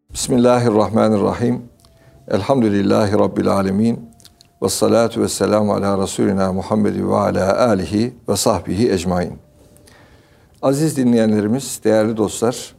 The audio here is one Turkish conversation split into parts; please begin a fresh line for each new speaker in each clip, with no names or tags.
Bismillahirrahmanirrahim. Elhamdülillahi Rabbil alemin. Vessalatu vesselamu ala Resulina Muhammed ve ala alihi ve sahbihi ecmain. Aziz dinleyenlerimiz, değerli dostlar,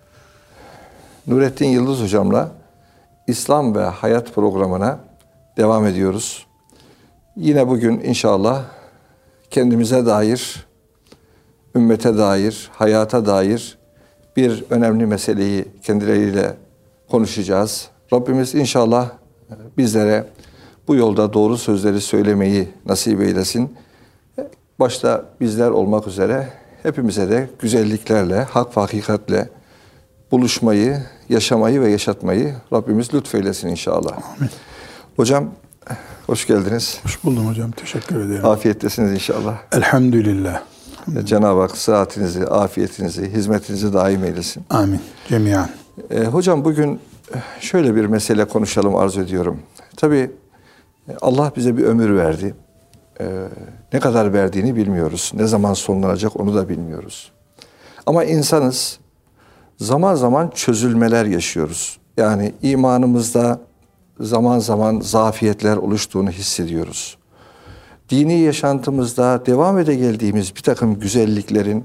Nurettin Yıldız hocamla İslam ve Hayat programına devam ediyoruz. Yine bugün inşallah kendimize dair, ümmete dair, hayata dair bir önemli meseleyi kendileriyle konuşacağız. Rabbimiz inşallah bizlere bu yolda doğru sözleri söylemeyi nasip eylesin. Başta bizler olmak üzere hepimize de güzelliklerle, hak ve hakikatle buluşmayı, yaşamayı ve yaşatmayı Rabbimiz lütfeylesin inşallah.
Amin.
Hocam hoş geldiniz.
Hoş buldum hocam. Teşekkür ederim.
Afiyettesiniz inşallah.
Elhamdülillah.
Cenab-ı Hak sıhhatinizi, afiyetinizi, hizmetinizi daim eylesin.
Amin. Cemiyan.
Hocam bugün şöyle bir mesele konuşalım arzu ediyorum. Tabii Allah bize bir ömür verdi. Ne kadar verdiğini bilmiyoruz. Ne zaman sonlanacak onu da bilmiyoruz. Ama insanız. Zaman zaman çözülmeler yaşıyoruz. Yani imanımızda zaman zaman zafiyetler oluştuğunu hissediyoruz. Dini yaşantımızda devam geldiğimiz bir takım güzelliklerin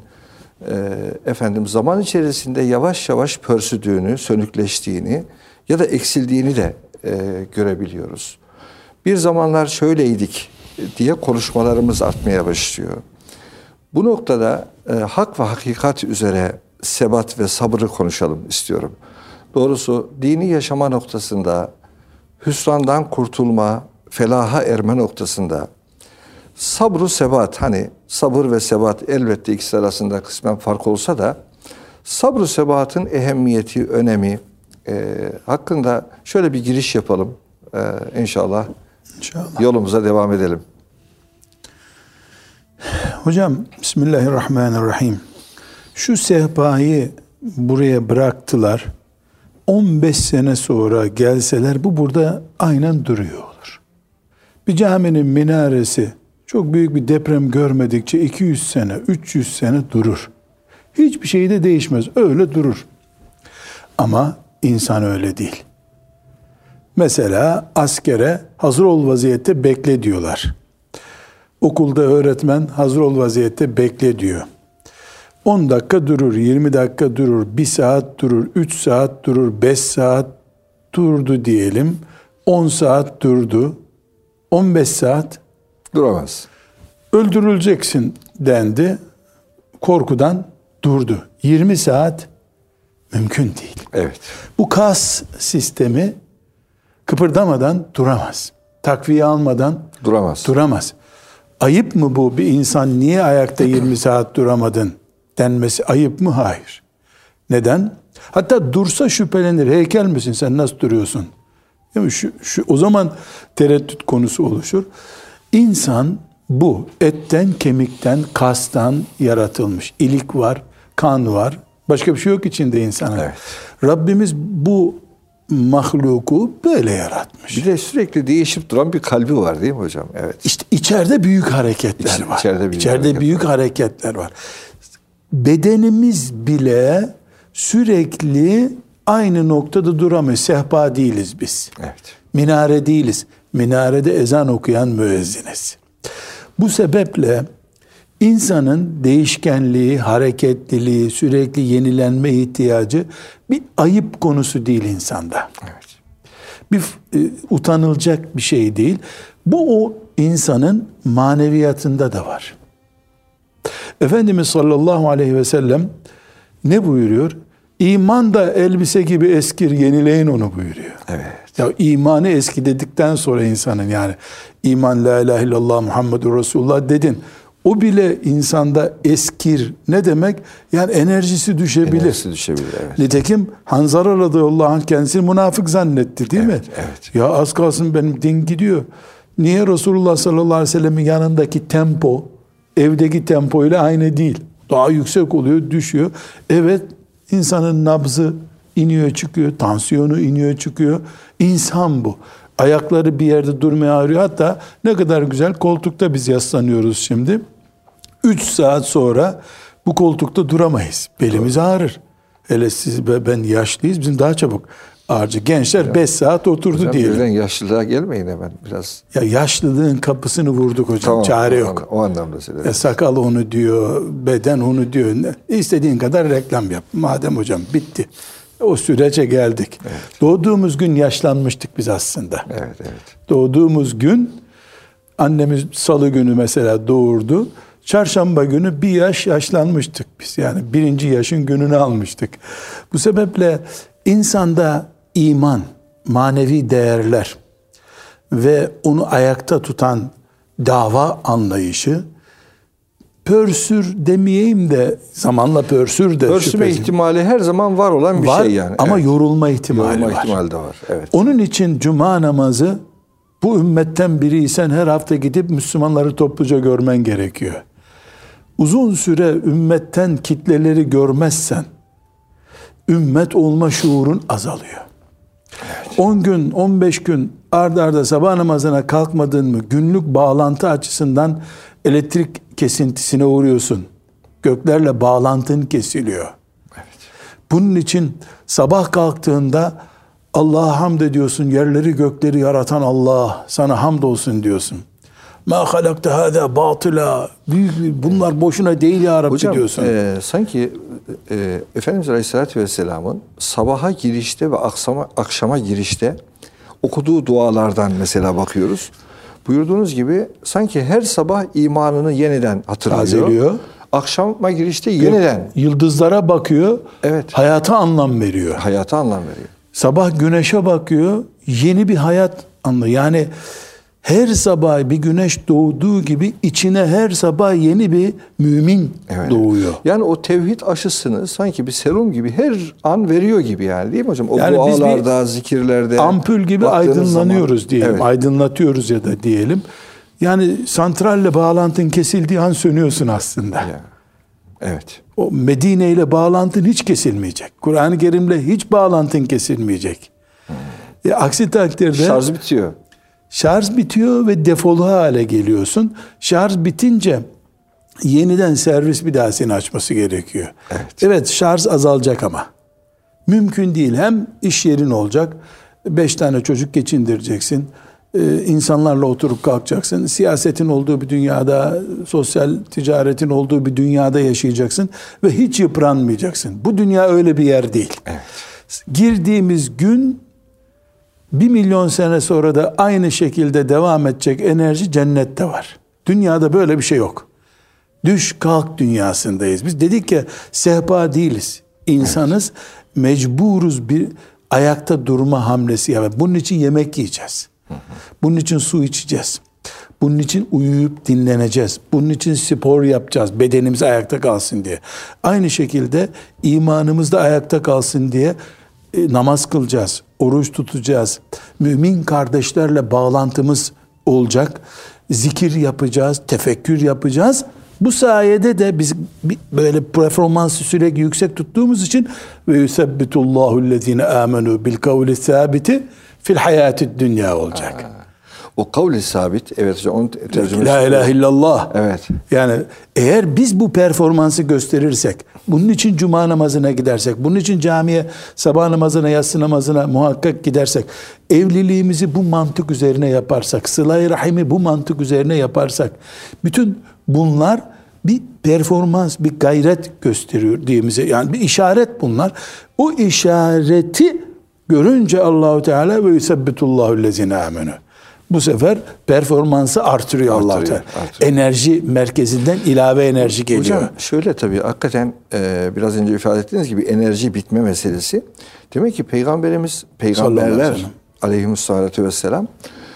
zaman içerisinde yavaş yavaş pörsüdüğünü, sönükleştiğini ya da eksildiğini de görebiliyoruz. Bir zamanlar şöyleydik diye konuşmalarımız artmaya başlıyor. Bu noktada hak ve hakikat üzere sebat ve sabrı konuşalım istiyorum. Doğrusu dini yaşama noktasında, hüsrandan kurtulma, felaha erme noktasında sabru sebat, hani sabır ve sebat elbette ikisi arasında kısmen fark olsa da sabru sebatın ehemmiyeti, önemi hakkında şöyle bir giriş yapalım. İnşallah yolumuza devam edelim.
Hocam Bismillahirrahmanirrahim. Şu sehpayı buraya bıraktılar. 15 sene sonra gelseler bu burada aynen duruyor olur. Bir caminin minaresi çok büyük bir deprem görmedikçe 200 sene, 300 sene durur. Hiçbir şey de değişmez. Öyle durur. Ama insan öyle değil. Mesela askere hazır ol vaziyette bekle diyorlar. Okulda öğretmen hazır ol vaziyette bekle diyor. 10 dakika durur, 20 dakika durur, 1 saat durur, 3 saat durur, 5 saat durdu diyelim. 10 saat durdu. 15 saat
duramaz.
Öldürüleceksin dendi. Korkudan durdu. 20 saat mümkün değil.
Evet.
Bu kas sistemi kıpırdamadan duramaz. Takviye almadan duramaz. Ayıp mı bu? Bir insan niye ayakta 20 saat duramadın denmesi ayıp mı? Hayır. Neden? Hatta dursa şüphelenir. Heykel misin sen, nasıl duruyorsun? Değil mi? O zaman tereddüt konusu oluşur. İnsan bu etten, kemikten, kastan yaratılmış. İlik var, kan var. Başka bir şey yok içinde insanın.
Evet.
Rabbimiz bu mahluku böyle yaratmış.
Bir de sürekli değişip duran bir kalbi var değil mi hocam? Evet.
İşte içeride büyük hareketler var. İçeride büyük hareketler var. Bedenimiz bile sürekli aynı noktada duramıyor. Sehpa değiliz biz.
Evet.
Minare değiliz. Minarede ezan okuyan müezziniz. Bu sebeple insanın değişkenliği, hareketliliği, sürekli yenilenme ihtiyacı bir ayıp konusu değil insanda.
Evet.
Bir utanılacak bir şey değil. Bu o insanın maneviyatında da var. Efendimiz sallallahu aleyhi ve sellem ne buyuruyor? İman da elbise gibi eskir, yenileyin onu buyuruyor.
Evet.
Ya imanı eski dedikten sonra insanın, yani iman la ilahe illallah Muhammedur Resulullah dedin. O bile insanda eskir. Ne demek? Yani enerjisi düşebilir.
Evet.
Nitekim Hanzala radıyallahu anh kendisini münafık zannetti değil mi?
Evet.
Ya az kalsın benim din gidiyor. Niye? Resulullah sallallahu aleyhi ve sellemin yanındaki tempo evdeki tempo ile aynı değil. Daha yüksek oluyor, düşüyor. Evet, insanın nabzı iniyor çıkıyor, tansiyonu iniyor çıkıyor. İnsan bu. Ayakları bir yerde durmaya ağrıyor. Hatta ne kadar güzel, koltukta biz yaslanıyoruz şimdi. 3 saat sonra bu koltukta duramayız. Belimiz ağrır. Hele siz ve ben yaşlıyız, bizim daha çabuk harcı. Gençler 5 saat oturdu
hocam,
diyelim.
Birden yaşlılığa gelmeyin hemen biraz.
Ya yaşlılığın kapısını vurduk hocam.
Tamam,
çare yok.
O anlamda söylüyorum.
Sakal onu diyor, beden onu diyor. İstediğin kadar reklam yap. Madem hocam bitti. O sürece geldik. Evet. Doğduğumuz gün yaşlanmıştık biz aslında.
Evet.
Doğduğumuz gün annemiz salı günü mesela doğurdu. Çarşamba günü bir yaş yaşlanmıştık biz. Yani 1. yaşın gününü almıştık. Bu sebeple insanda iman, manevi değerler ve onu ayakta tutan dava anlayışı, pörsür demeyeyim de zamanla pörsür de
pörsüme ihtimali her zaman var olan bir şey yani.
Ama yorulma ihtimali var.
İhtimali de var. Evet.
Onun için cuma namazı, bu ümmetten biriysen her hafta gidip Müslümanları topluca görmen gerekiyor. Uzun süre ümmetten kitleleri görmezsen ümmet olma şuurun azalıyor. Evet. 10 gün, 15 gün ard arda sabah namazına kalkmadın mı günlük bağlantı açısından elektrik kesintisine uğruyorsun. Göklerle bağlantın kesiliyor. Evet. Bunun için sabah kalktığında Allah'a hamd ediyorsun. Yerleri gökleri yaratan Allah sana hamd olsun diyorsun. Ma halakte hâzâ batıla. Bunlar boşuna değil ya Rabbi
hocam,
diyorsun.
Sanki Efendimiz Aleyhisselatü Vesselam'ın sabaha girişte ve akşama girişte okuduğu dualardan mesela bakıyoruz. Buyurduğunuz gibi sanki her sabah imanını yeniden hatırlıyor.
Tazeliyor.
Akşama girişte yeniden.
Yıldızlara bakıyor.
Evet.
Hayata anlam veriyor.
Hayata anlam veriyor.
Sabah güneşe bakıyor. Yeni bir hayat anlıyor. Yani her sabah bir güneş doğduğu gibi içine her sabah yeni bir mümin doğuyor.
Yani o tevhid aşısını sanki bir serum gibi her an veriyor gibi yani, değil mi hocam? O
yani
dualarda, zikirlerde.
Ampul gibi aydınlanıyoruz diyelim. Evet. Aydınlatıyoruz ya da diyelim. Yani santralle bağlantın kesildiği an sönüyorsun aslında. Ya.
Evet.
O Medine ile bağlantın hiç kesilmeyecek. Kur'an-ı Kerim'le hiç bağlantın kesilmeyecek. Aksi takdirde
şarj bitiyor.
Şarj bitiyor ve defolu hale geliyorsun. Şarj bitince yeniden servis bir daha seni açması gerekiyor. Evet, şarj azalacak ama. Mümkün değil. Hem iş yerin olacak. 5 tane çocuk geçindireceksin. İnsanlarla oturup kalkacaksın. Siyasetin olduğu bir dünyada, sosyal ticaretin olduğu bir dünyada yaşayacaksın. Ve hiç yıpranmayacaksın. Bu dünya öyle bir yer değil. Evet. Girdiğimiz gün 1 milyon sene sonra da aynı şekilde devam edecek enerji cennette var. Dünyada böyle bir şey yok. Düş kalk dünyasındayız. Biz dedik ki sehpa değiliz. İnsanız, mecburuz bir ayakta durma hamlesi yapmak. Bunun için yemek yiyeceğiz. Bunun için su içeceğiz. Bunun için uyuyup dinleneceğiz. Bunun için spor yapacağız. Bedenimiz ayakta kalsın diye. Aynı şekilde imanımız da ayakta kalsın diye namaz kılacağız, oruç tutacağız. Mümin kardeşlerle bağlantımız olacak. Zikir yapacağız, tefekkür yapacağız. Bu sayede de biz böyle performansı sürekli yüksek tuttuğumuz için ve yusebbitullahü'llezine amenu bil kavli sabiti fil hayatid dünya olacak.
O kavli sabit, evet hocam, onun tercümesi.
La ilahe illallah.
Evet.
Yani eğer biz bu performansı gösterirsek, bunun için cuma namazına gidersek, bunun için camiye sabah namazına, yatsı namazına muhakkak gidersek, evliliğimizi bu mantık üzerine yaparsak, sıla-i rahimi bu mantık üzerine yaparsak, bütün bunlar bir performans, bir gayret gösteriyor diyemize. Yani bir işaret bunlar. O işareti görünce Allahu Teala ve yusebbitullahü'llezine amenu. Bu sefer performansı artırıyor Allah Teala. Enerji merkezinden ilave enerji geliyor.
Hocam şöyle tabii hakikaten biraz önce ifade ettiğiniz gibi enerji bitme meselesi. Demek ki peygamberler aleyhissalatu vesselam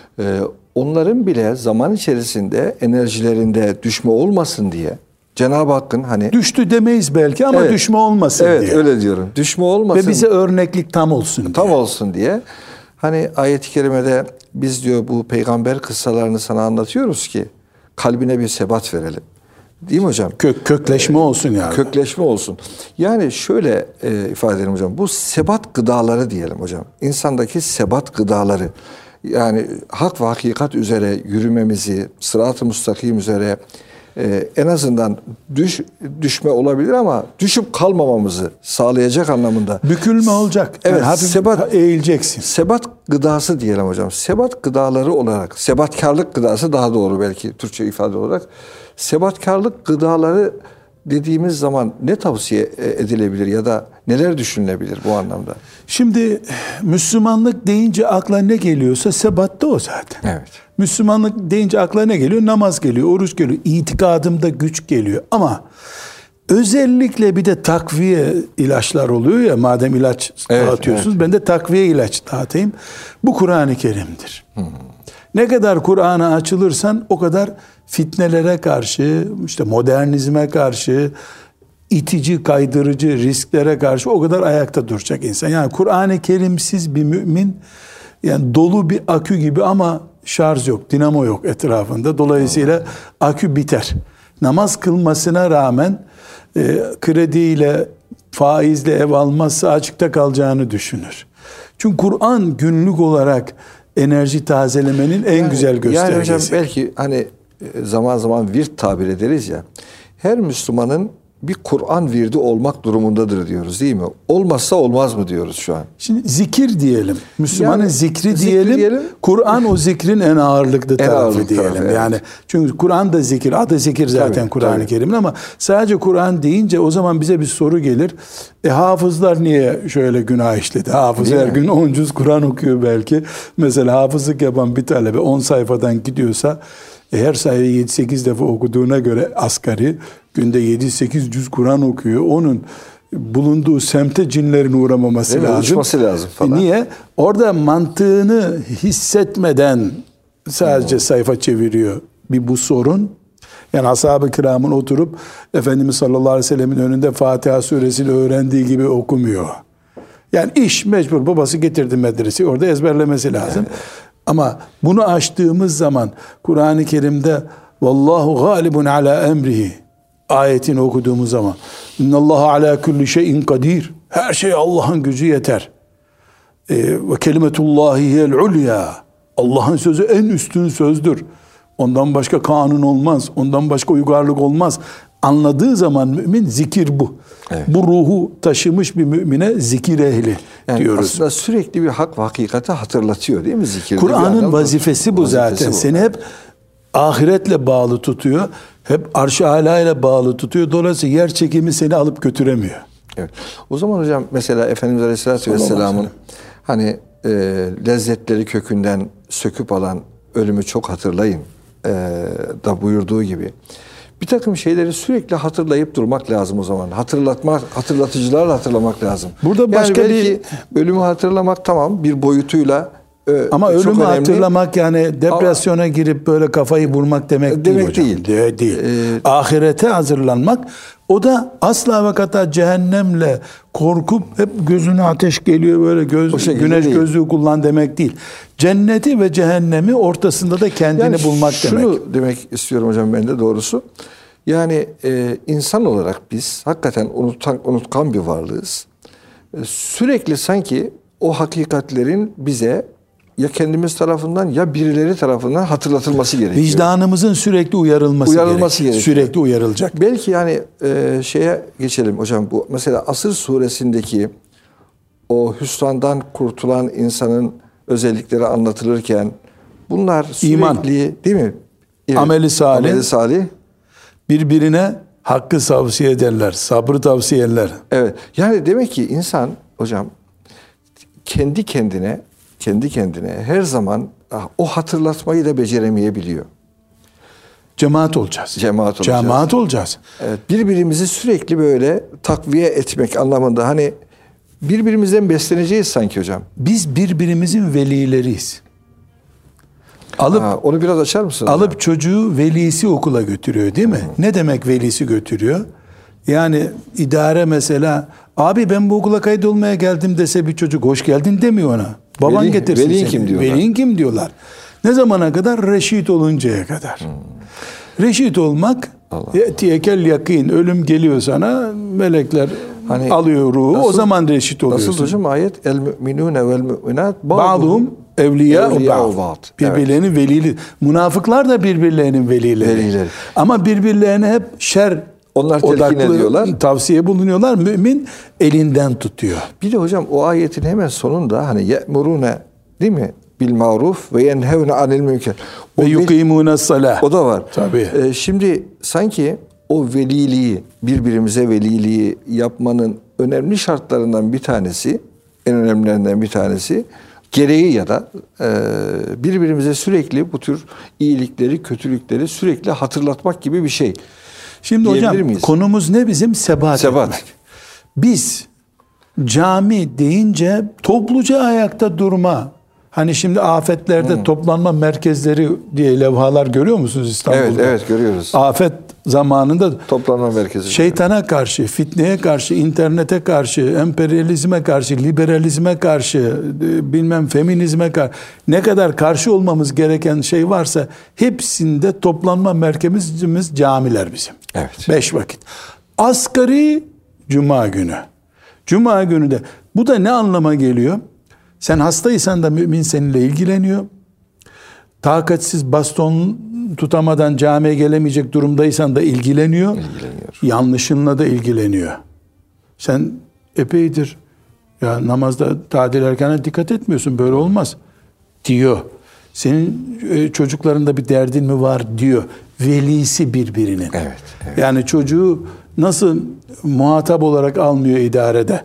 onların bile zaman içerisinde enerjilerinde düşme olmasın diye Cenab-ı Hakk'ın hani
düştü demeyiz belki ama düşme olmasın diye.
Evet öyle diyorum. Düşme olmasın.
Ve bize örneklik tam olsun diye.
Tam olsun diye. Hani ayet-i kerimede biz diyor bu peygamber kıssalarını sana anlatıyoruz ki kalbine bir sebat verelim. Değil mi hocam?
Kökleşme olsun yani.
Kökleşme olsun. Yani şöyle ifade edelim hocam. Bu sebat gıdaları diyelim hocam. İnsandaki sebat gıdaları. Yani hak ve hakikat üzere yürümemizi, sırat-ı müstakim üzere en azından düşme olabilir ama düşüp kalmamamızı sağlayacak anlamında.
Bükülme olacak.
Evet,
yani hafif
sebat,
eğileceksin.
Sebat gıdası diyelim hocam. Sebat gıdaları olarak, sebatkarlık gıdası daha doğru belki Türkçe ifade olarak. Sebatkarlık gıdaları dediğimiz zaman ne tavsiye edilebilir ya da neler düşünülebilir bu anlamda?
Şimdi Müslümanlık deyince akla ne geliyorsa sebat da o zaten.
Evet.
Müslümanlık deyince akla ne geliyor? Namaz geliyor, oruç geliyor, itikadımda güç geliyor. Ama özellikle bir de takviye ilaçlar oluyor ya, madem ilaç dağıtıyorsunuz, evet. Ben de takviye ilaç dağıtayım. Bu Kur'an-ı Kerim'dir. Ne kadar Kur'an'a açılırsan o kadar fitnelere karşı, işte modernizme karşı, itici, kaydırıcı risklere karşı o kadar ayakta duracak insan. Yani Kur'an-ı Kerimsiz bir mümin, yani dolu bir akü gibi ama şarj yok, dinamo yok etrafında. Dolayısıyla akü biter. Namaz kılmasına rağmen krediyle, faizle ev almazsa açıkta kalacağını düşünür. Çünkü Kur'an günlük olarak enerji tazelemenin en güzel göstergesi.
Yani hocam belki hani zaman zaman virt tabir ederiz ya. Her Müslümanın bir Kur'an virdi olmak durumundadır diyoruz değil mi? Olmazsa olmaz mı diyoruz şu an?
Şimdi zikir diyelim. Müslümanın
yani,
zikri diyelim. Kur'an o zikrin en ağırlıklı tarafı diyelim.
Evet.
Yani çünkü Kur'an da zikir, adı zikir zaten Kur'an-ı Kerim'in ama sadece Kur'an deyince o zaman bize bir soru gelir. Hafızlar niye şöyle günah işledi? Hafız her gün 10 cüz Kur'an okuyor belki. Mesela hafızlık yapan bir talebe 10 sayfadan gidiyorsa her sayfayı 7-8 defa okuduğuna göre asgari günde 7-8 cüz Kur'an okuyor. Onun bulunduğu semte cinlerin uğramaması lazım.
Uçması lazım falan.
Niye? Orada mantığını hissetmeden sadece sayfa çeviriyor. Bu sorun. Yani ashab-ı kiramın oturup Efendimiz sallallahu aleyhi ve sellemin önünde Fatiha suresini öğrendiği gibi okumuyor. Yani iş mecbur, babası getirdi medresi, orada ezberlemesi lazım. Evet. Ama bunu açtığımız zaman Kur'an-ı Kerim'de vallahu galibun ala emrihi ayetini okuduğumuz zaman innallahu ala kulli şeyin kadir, her şey Allah'ın gücü yeter. Ve kelimetullahi hiyel ulya, Allah'ın sözü en üstün sözdür. Ondan başka kanun olmaz, ondan başka uygarlık olmaz. Anladığı zaman mümin zikir bu. Evet. Bu ruhu taşımış bir mümine zikir ehli yani diyoruz.
Aslında sürekli bir hak ve hakikati hatırlatıyor değil mi zikir?
Kur'an'ın vazifesi bu zaten. Seni hep ahiretle bağlı tutuyor. Hep arş-ı âlâ ile bağlı tutuyor. Dolayısıyla yer çekimi seni alıp götüremiyor.
Evet. O zaman hocam mesela Efendimiz Aleyhisselatü Vesselam'ın hani lezzetleri kökünden söküp alan ölümü çok hatırlayın da buyurduğu gibi bir takım şeyleri sürekli hatırlayıp durmak lazım o zaman. Hatırlatıcılarla hatırlamak lazım.
Burada başka
yani belki ölümü hatırlamak tamam bir boyutuyla
ama ölümü hatırlamak yani depresyona girip böyle kafayı vurmak demek değil hocam. Değil. Ahirete hazırlanmak, o da asla ve kata cehennemle korkup hep gözüne ateş geliyor böyle güneş değil. Gözlüğü kullan demek değil. Cenneti ve cehennemi ortasında da kendini yani bulmak demek.
Şunu demek istiyorum hocam ben de doğrusu. Yani insan olarak biz hakikaten unutkan bir varlığız. Sürekli sanki o hakikatlerin bize ya kendimiz tarafından ya birileri tarafından hatırlatılması gerekiyor.
Vicdanımızın sürekli uyarılması gerekiyor. Sürekli uyarılacak.
Belki yani şeye geçelim hocam. Bu mesela Asır suresindeki o hüsrandan kurtulan insanın özellikleri anlatılırken bunlar sürekli İman, değil mi? Evet.
Ameli salih. Birbirine hakkı tavsiye ederler. Sabrı tavsiye ederler.
Evet. Yani demek ki insan hocam kendi kendine her zaman o hatırlatmayı da beceremeyebiliyor.
Cemaat olacağız. Cemaat olacağız.
Evet, birbirimizi sürekli böyle takviye etmek anlamında hani birbirimizden besleneceğiz sanki hocam.
Biz birbirimizin velileriyiz.
Onu biraz açar mısınız?
Alıp çocuğu velisi okula götürüyor değil mi? Ne demek velisi götürüyor? Yani idare mesela abi ben bu okula kaydolmaya geldim dese bir çocuk hoş geldin demiyor ona. Baban getirsin
velin
seni.
Kim diyorlar?
Velin kim diyorlar. Ne zamana kadar? Reşit oluncaya kadar. Reşit olmak ye'tiyekel yakin, ölüm geliyor sana, melekler alıyor ruhu, o zaman reşit oluyorsun.
Nasıl hocam ayet? El müminune vel müminat
ba'duhum Evliya
ba'd.
Birbirlerinin velili. Münafıklar da birbirlerinin velileri. Ama birbirlerine hep şer
onlar telkin ediyorlar.
Tavsiye bulunuyorlar. Mümin elinden tutuyor.
Bir de hocam o ayetin hemen sonunda hani ye'murune, değil mi? Bil maruf ve yenhevne anil münker.
Ve yukimûnes salah.
O da var.
Tabii.
Şimdi sanki o veliliği, birbirimize veliliği yapmanın önemli şartlarından bir tanesi, en önemlilerinden bir tanesi, gereği ya da birbirimize sürekli bu tür iyilikleri, kötülükleri sürekli hatırlatmak gibi bir şey.
Şimdi hocam konumuz ne bizim? Sebat etmek. Biz cami deyince topluca ayakta durma. Hani şimdi afetlerde toplanma merkezleri diye levhalar görüyor musunuz İstanbul'da?
Evet görüyoruz.
Afet zamanında
toplanma merkezi.
Şeytana karşı, fitneye karşı, internete karşı, emperyalizme karşı, liberalizme karşı, bilmem feminizme karşı ne kadar karşı olmamız gereken şey varsa hepsinde toplanma merkezimiz camiler bizim.
Evet.
5 vakit. Asgari Cuma günü. Cuma günü de bu da ne anlama geliyor? Sen hastaysan da mümin seninle ilgileniyor. Takatsiz baston tutamadan camiye gelemeyecek durumdaysan da ilgileniyor. Yanlışınla da ilgileniyor. Sen epeydir ya namazda tadil erkana dikkat etmiyorsun, böyle olmaz diyor. Senin çocuklarında bir derdin mi var diyor. Velisi birbirinin.
Evet.
Yani çocuğu nasıl muhatap olarak almıyor idarede.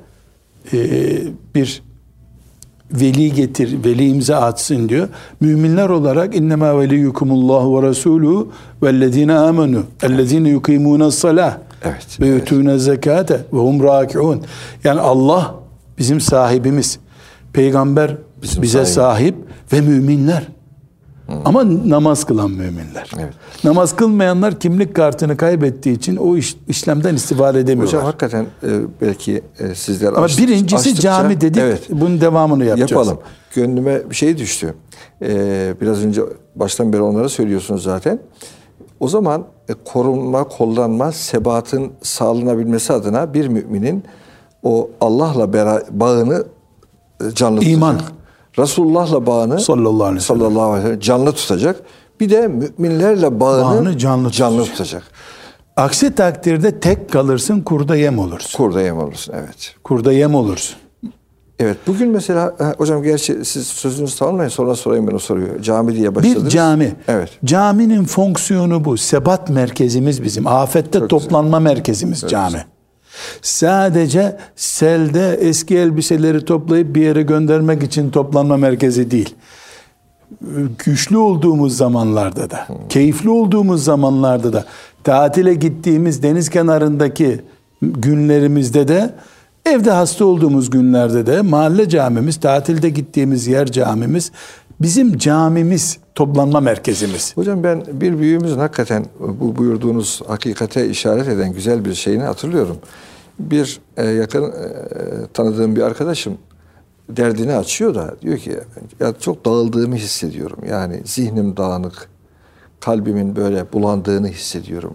Bir veli getir, veli imza atsın diyor. Müminler olarak innema veliyukumullahu ve resuluhu vellezine amenu ellezine yukimûnes salah ve yutûne zekâte ve hum râkiûn. Yani Allah bizim sahibimiz. Peygamber bize sahip ve müminler. Ama namaz kılan müminler.
Evet.
Namaz kılmayanlar kimlik kartını kaybettiği için o işlemden istifade edemiyorlar.
Hocam hakikaten belki sizler
ama birincisi açtıkça, cami dedik. Bunun devamını yapacağız.
Yapalım. Gönlüme bir şey düştü. Biraz önce baştan beri onları söylüyorsunuz zaten. O zaman korunma, kollanma, sebatın sağlanabilmesi adına bir müminin o Allah'la bağını canlı
İman.
tutacak. Resulullah'la bağını sallallahu aleyhi ve sellem canlı tutacak. Bir de müminlerle bağını canlı tutacak.
Aksi takdirde tek kalırsın, kurda yem olursun.
Kurda yem olursun, evet.
Kurda yem olursun.
Evet, bugün mesela hocam gerçi siz sözünüzü tamamlayın, sonra sorayım ben o soruyu. Cami diye başladınız.
Bir cami.
Evet.
Caminin fonksiyonu bu. Sebat merkezimiz bizim. Afette çok toplanma güzel. Merkezimiz çok cami. Güzel. Sadece selde eski elbiseleri toplayıp bir yere göndermek için toplanma merkezi değil. Güçlü olduğumuz zamanlarda da, keyifli olduğumuz zamanlarda da, tatile gittiğimiz deniz kenarındaki günlerimizde de, evde hasta olduğumuz günlerde de, mahalle camimiz, tatilde gittiğimiz yer camimiz, bizim camimiz, toplanma merkezimiz.
Hocam ben bir büyüğümüzün hakikaten bu buyurduğunuz hakikate işaret eden güzel bir şeyini hatırlıyorum. Bir yakın tanıdığım bir arkadaşım derdini açıyor da diyor ki ya çok dağıldığımı hissediyorum. Yani zihnim dağınık, kalbimin böyle bulandığını hissediyorum.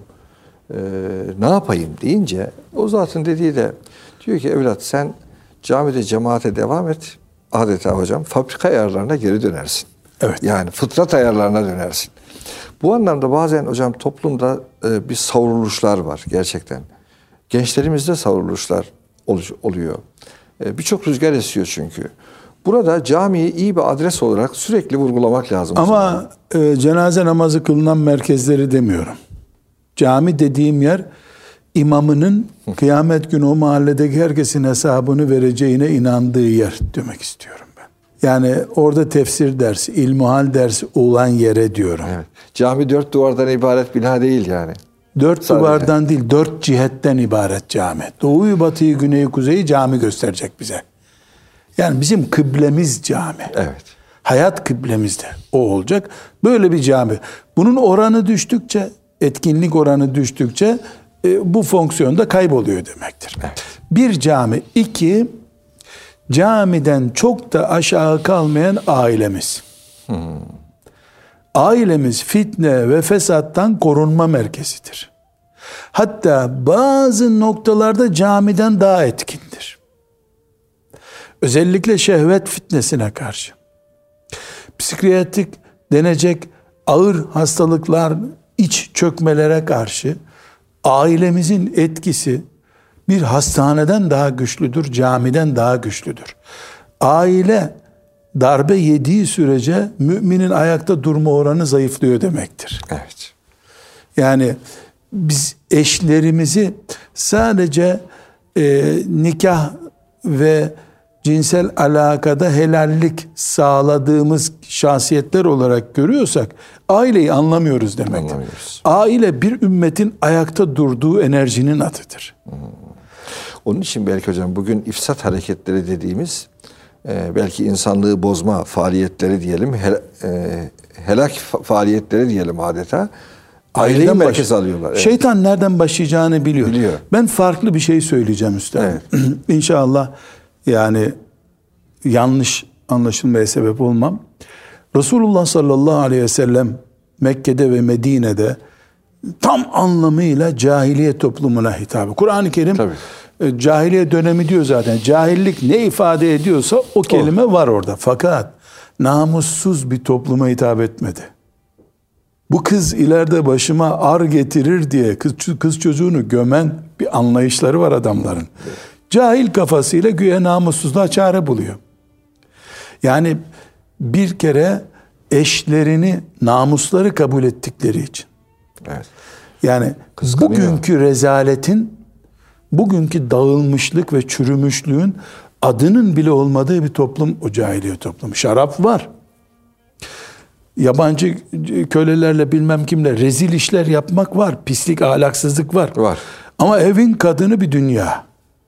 Ne yapayım deyince o zatın dediği de diyor ki evlat sen camide cemaate devam et. Adeta hocam fabrika ayarlarına geri dönersin.
Evet.
Yani fıtrat ayarlarına dönersin. Bu anlamda bazen hocam toplumda bir savruluşlar var gerçekten. Gençlerimizde savruluşlar oluyor. Birçok rüzgar esiyor çünkü. Burada camiyi iyi bir adres olarak sürekli vurgulamak lazım.
Ama cenaze namazı kılınan merkezleri demiyorum. Cami dediğim yer imamının kıyamet günü o mahalledeki herkesin hesabını vereceğine inandığı yer demek istiyorum ben. Yani orada tefsir dersi, ilmuhal dersi olan yere diyorum.
Evet. Cami 4 duvardan ibaret bina değil yani.
4 duvardan değil, 4 cihetten ibaret cami. Doğuyu, batıyı, güneyi, kuzeyi cami gösterecek bize. Yani bizim kıblemiz cami.
Evet.
Hayat kıblemiz de o olacak. Böyle bir cami. Bunun oranı düştükçe, etkinlik oranı düştükçe bu fonksiyonda kayboluyor demektir.
Evet.
Bir cami. 2, camiden çok da aşağı kalmayan ailemiz. Ailemiz fitne ve fesattan korunma merkezidir. Hatta bazı noktalarda camiden daha etkindir. Özellikle şehvet fitnesine karşı. psikiyatrik denecek ağır hastalıklar, iç çökmelere karşı ailemizin etkisi bir hastaneden daha güçlüdür, camiden daha güçlüdür. Aile darbe yediği sürece müminin ayakta durma oranı zayıflıyor demektir.
Evet.
Yani biz eşlerimizi sadece nikah ve cinsel alakada helallik sağladığımız şahsiyetler olarak görüyorsak aileyi anlamıyoruz demektir. Aile bir ümmetin ayakta durduğu enerjinin adıdır.
Onun için belki hocam bugün ifsat hareketleri dediğimiz belki insanlığı bozma faaliyetleri diyelim, helak faaliyetleri diyelim adeta. Aileyi merkez alıyorlar. Evet.
Şeytan nereden başlayacağını biliyor. Ben farklı bir şey söyleyeceğim üstad. Evet. İnşallah yani yanlış anlaşılmaya sebep olmam. Resulullah sallallahu aleyhi ve sellem Mekke'de ve Medine'de tam anlamıyla cahiliye toplumuna hitabı. Kur'an-ı Kerim cahiliye dönemi diyor zaten. Cahillik ne ifade ediyorsa o kelime var orada. Fakat namussuz bir topluma hitap etmedi. Bu kız ileride başıma ar getirir diye kız çocuğunu gömen bir anlayışları var adamların. Cahil kafasıyla güya namussuzluğa çare buluyor. Yani bir kere eşlerini namusları kabul ettikleri için.
Evet.
Yani bugünkü rezaletin, bugünkü dağılmışlık ve çürümüşlüğün adının bile olmadığı bir toplum o cahiliye toplumu. Şarap var. Yabancı kölelerle bilmem kimle rezil işler yapmak var. Pislik, ahlaksızlık var. Ama evin kadını bir dünya.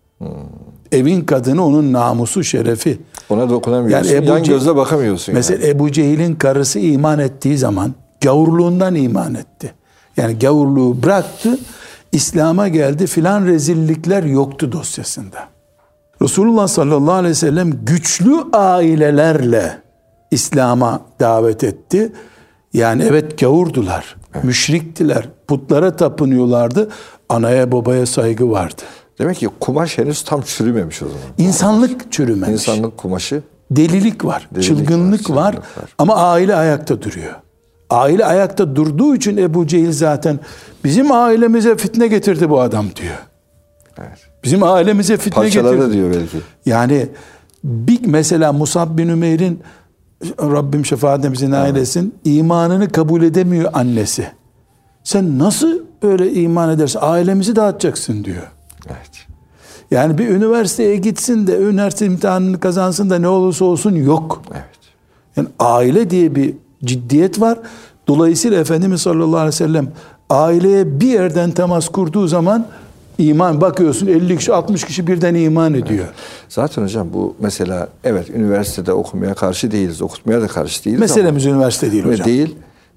Evin kadını onun namusu, şerefi.
Ona dokunamıyorsun. Yani yan gözle bakamıyorsun.
Mesela Ebu Cehil'in karısı iman ettiği zaman gavurluğundan iman etti. Yani gavurluğu bıraktı, İslam'a geldi filan rezillikler yoktu dosyasında. Resulullah sallallahu aleyhi ve sellem güçlü ailelerle İslam'a davet etti. Yani evet gavurdular, müşriktiler, putlara tapınıyorlardı. Anaya babaya saygı vardı.
Demek ki kumaş henüz tam çürümemiş o zaman.
İnsanlık çürümemiş.
İnsanlık kumaşı.
Delilik var, çılgınlık var ama aile ayakta duruyor. Aile ayakta durduğu için Ebu Cehil zaten bizim ailemize fitne getirdi bu adam diyor.
Evet.
Bizim ailemize fitne getirdi.
Parçalarda diyor belki.
Yani mesela Musab bin Ümeyr'in, Rabbim şefaatimizi nail etsin, imanını kabul edemiyor annesi. Sen nasıl öyle iman edersin? Ailemizi dağıtacaksın diyor.
Evet.
Yani bir üniversiteye gitsin de üniversite imtihanını kazansın da ne olursa olsun yok.
Evet.
Yani aile diye bir ciddiyet var. Dolayısıyla Efendimiz sallallahu aleyhi ve sellem aileye bir yerden temas kurduğu zaman iman, bakıyorsun 50 kişi 60 kişi birden iman ediyor. Evet.
Zaten hocam bu mesela evet üniversitede okumaya karşı değiliz. Okutmaya da karşı değiliz.
Meselemiz üniversite değil hocam.
Değil.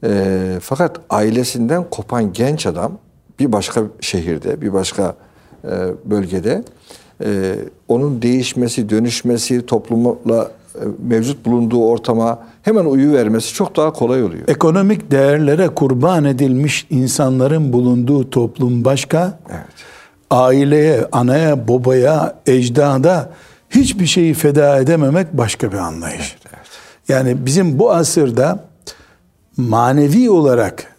Fakat ailesinden kopan genç adam bir başka şehirde, bir başka bölgede onun değişmesi, dönüşmesi, toplumla mevcut bulunduğu ortama hemen uyuvermesi çok daha kolay oluyor.
Ekonomik değerlere kurban edilmiş insanların bulunduğu toplum başka.
Evet.
Aileye, anaya, babaya, ecdada hiçbir şeyi feda edememek başka bir anlayış.
Evet, evet.
Yani bizim bu asırda manevi olarak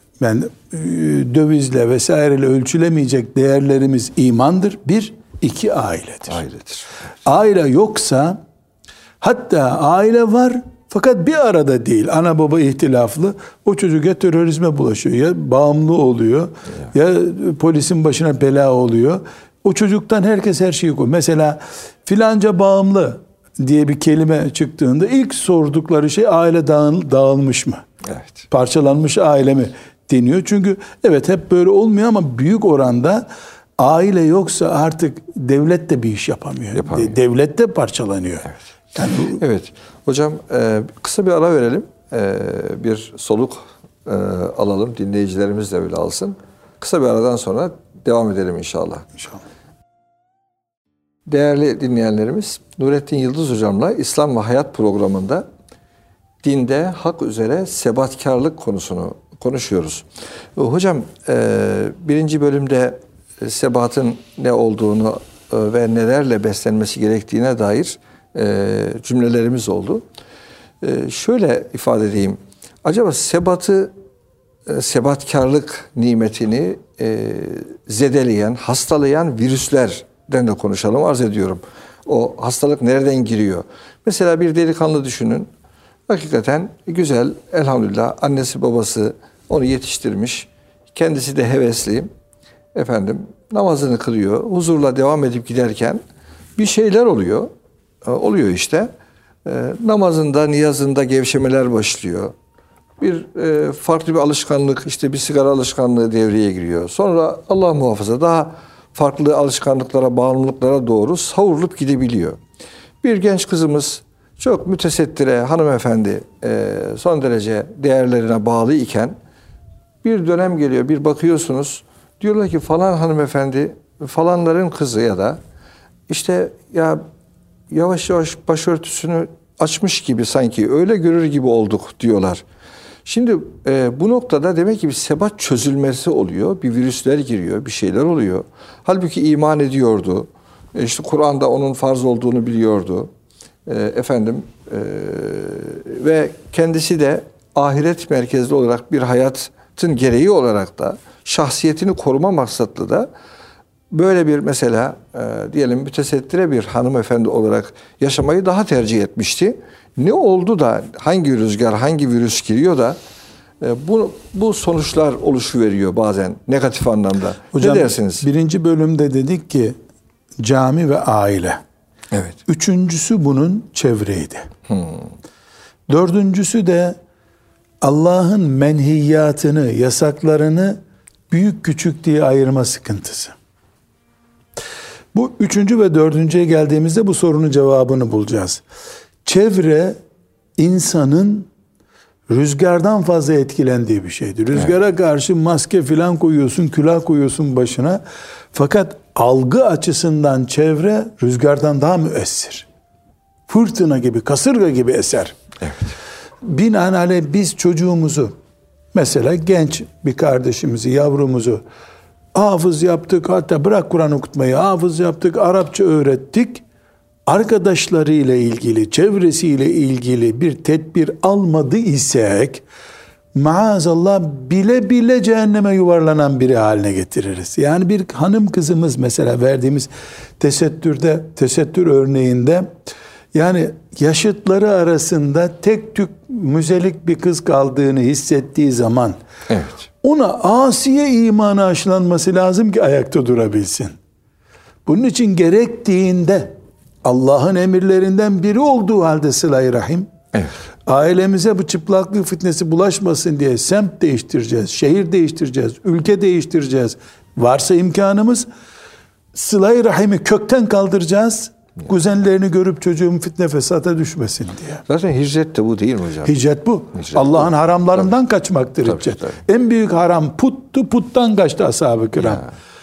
dövizle vesaireyle ölçülemeyecek değerlerimiz imandır. Bir, iki ailedir.
Evet.
Aile yoksa, hatta aile var fakat bir arada değil. Ana baba ihtilaflı. O çocuk ya terörizme bulaşıyor, ya bağımlı oluyor, ya polisin başına bela oluyor. O çocuktan herkes her şeyi koyuyor. Mesela filanca bağımlı diye bir kelime çıktığında ilk sordukları şey aile dağılmış mı?
Evet.
Parçalanmış aile mi deniyor. Çünkü evet hep böyle olmuyor ama büyük oranda aile yoksa artık devlet de bir iş yapamıyor. Devlet de parçalanıyor.
Evet. Evet. Hocam kısa bir ara verelim. Bir soluk alalım. Dinleyicilerimiz de öyle alsın. Kısa bir aradan sonra devam edelim inşallah.
İnşallah.
Değerli dinleyenlerimiz, Nurettin Yıldız Hocam'la İslam ve Hayat programında dinde hak üzere sebatkarlık konusunu konuşuyoruz. Hocam birinci bölümde sebatın ne olduğunu ve nelerle beslenmesi gerektiğine dair cümlelerimiz oldu. Şöyle ifade edeyim. Acaba sebatkarlık nimetini zedeleyen, hastalayan virüslerden de konuşalım, arz ediyorum. O hastalık nereden giriyor? Mesela bir delikanlı düşünün. Hakikaten güzel, elhamdülillah annesi babası onu yetiştirmiş. Kendisi de hevesli. Namazını kılıyor. Huzurla devam edip giderken bir şeyler oluyor. Oluyor işte. Namazında, niyazında gevşemeler başlıyor. Farklı bir alışkanlık, işte bir sigara alışkanlığı devreye giriyor. Sonra Allah muhafaza daha farklı alışkanlıklara, bağımlılıklara doğru savrulup gidebiliyor. Bir genç kızımız çok mütesettire, hanımefendi, son derece değerlerine bağlı iken bir dönem geliyor, bir bakıyorsunuz, diyorlar ki falan hanımefendi, falanların kızı ya da işte ya yavaş yavaş başörtüsünü açmış gibi sanki öyle görür gibi olduk diyorlar. Şimdi bu noktada demek ki bir sebat çözülmesi oluyor. Bir virüsler giriyor, bir şeyler oluyor. Halbuki iman ediyordu. İşte Kur'an'da onun farz olduğunu biliyordu. Ve kendisi de ahiret merkezli olarak bir hayatın gereği olarak da şahsiyetini koruma maksatlı da böyle bir mesela diyelim mütesettire bir hanımefendi olarak yaşamayı daha tercih etmişti. Ne oldu da hangi rüzgar, hangi virüs giriyor da bu sonuçlar oluşuveriyor bazen negatif anlamda.
Hocam,
ne dersiniz?
Birinci bölümde dedik ki cami ve aile.
Evet.
Üçüncüsü bunun çevreydi. Dördüncüsü de Allah'ın menhiyatını, yasaklarını büyük küçük diye ayırma sıkıntısı. Bu üçüncü ve dördüncüye geldiğimizde bu sorunun cevabını bulacağız. Çevre insanın rüzgardan fazla etkilendiği bir şeydir. Rüzgara karşı maske filan koyuyorsun, külah koyuyorsun başına. Fakat algı açısından çevre rüzgardan daha müessir. Fırtına gibi, kasırga gibi eser.
Evet.
Binaenaleyh biz çocuğumuzu, mesela genç bir kardeşimizi, yavrumuzu hafız yaptık, hatta bırak Kur'an okutmayı, hafız yaptık, Arapça öğrettik. Arkadaşlarıyla ilgili, çevresiyle ilgili bir tedbir almadı isek, maazallah bile bile cehenneme yuvarlanan biri haline getiririz. Yani bir hanım kızımız mesela verdiğimiz tesettür örneğinde, yani yaşıtları arasında tek tük müzelik bir kız kaldığını hissettiği zaman,
evet,
ona asiye imanı aşılanması lazım ki ayakta durabilsin. Bunun için gerektiğinde Allah'ın emirlerinden biri olduğu halde sıla-i rahim,
evet,
ailemize bu çıplaklık fitnesi bulaşmasın diye semt değiştireceğiz, şehir değiştireceğiz, ülke değiştireceğiz. Varsa imkanımız sıla-i rahimi kökten kaldıracağız. Kuzenlerini görüp çocuğum fitne fesata düşmesin diye.
Zaten hicret de bu değil mi hocam?
Hicret bu. Allah'ın haramlarından kaçmaktır hicret. En büyük haram puttu, puttan kaçtı ashab-ı kiram.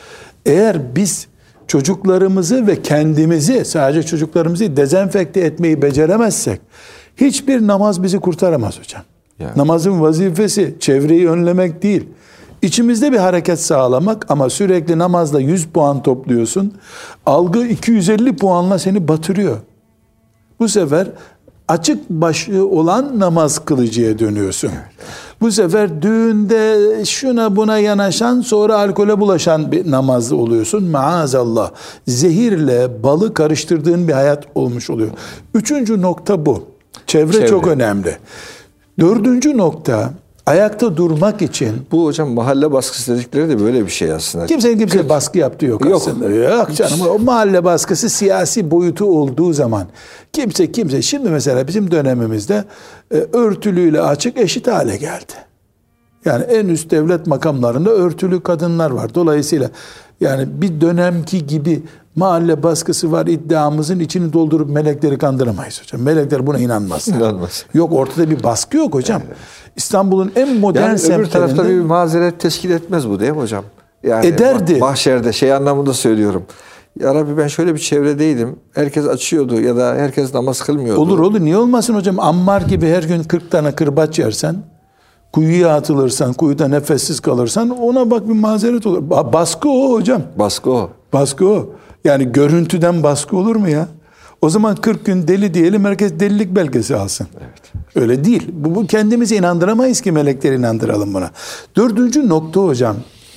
Eğer biz çocuklarımızı ve kendimizi, sadece çocuklarımızı dezenfekte etmeyi beceremezsek, hiçbir namaz bizi kurtaramaz hocam. Namazın vazifesi çevreyi önlemek değil. İçimizde bir hareket sağlamak, ama sürekli namazla 100 puan topluyorsun. Algı 250 puanla seni batırıyor. Bu sefer açık başlı olan namaz kılıcıya dönüyorsun. Bu sefer düğünde şuna buna yanaşan, sonra alkole bulaşan bir namazlı oluyorsun. Maazallah. Zehirle balı karıştırdığın bir hayat olmuş oluyor. Üçüncü nokta bu. Çevre çok önemli. Dördüncü nokta, ayakta durmak için.
Bu hocam mahalle baskısı dedikleri de böyle bir şey aslında.
Kimseye baskı yaptığı yok aslında. Yok canım, o mahalle baskısı siyasi boyutu olduğu zaman kimse şimdi mesela bizim dönemimizde örtülüyle açık eşit hale geldi. Yani en üst devlet makamlarında örtülü kadınlar var. Dolayısıyla yani bir dönemki gibi mahalle baskısı var iddiamızın içini doldurup melekleri kandıramayız hocam. Melekler buna inanmaz. Yok, ortada bir baskı yok hocam. Evet. İstanbul'un en modern
yani
semtlerinde.
Öbür tarafta bir mazeret teşkil etmez bu değil mi hocam? Yani
ederdi.
Mahşerde anlamında söylüyorum. Ya Rabbi ben şöyle bir çevredeydim. Herkes açıyordu ya da herkes namaz kılmıyordu.
Olur. Niye olmasın hocam? Ammar gibi her gün 40 tane kırbaç yersen, kuyuya atılırsan, kuyuda nefessiz kalırsan ona bak bir mazeret olur. Baskı o hocam. Baskı o. Yani görüntüden baskı olur mu ya? O zaman 40 gün deli diyelim, herkes delilik belgesi alsın.
Evet.
Öyle değil. Bu kendimizi inandıramayız ki melekleri inandıralım buna. 4. nokta hocam.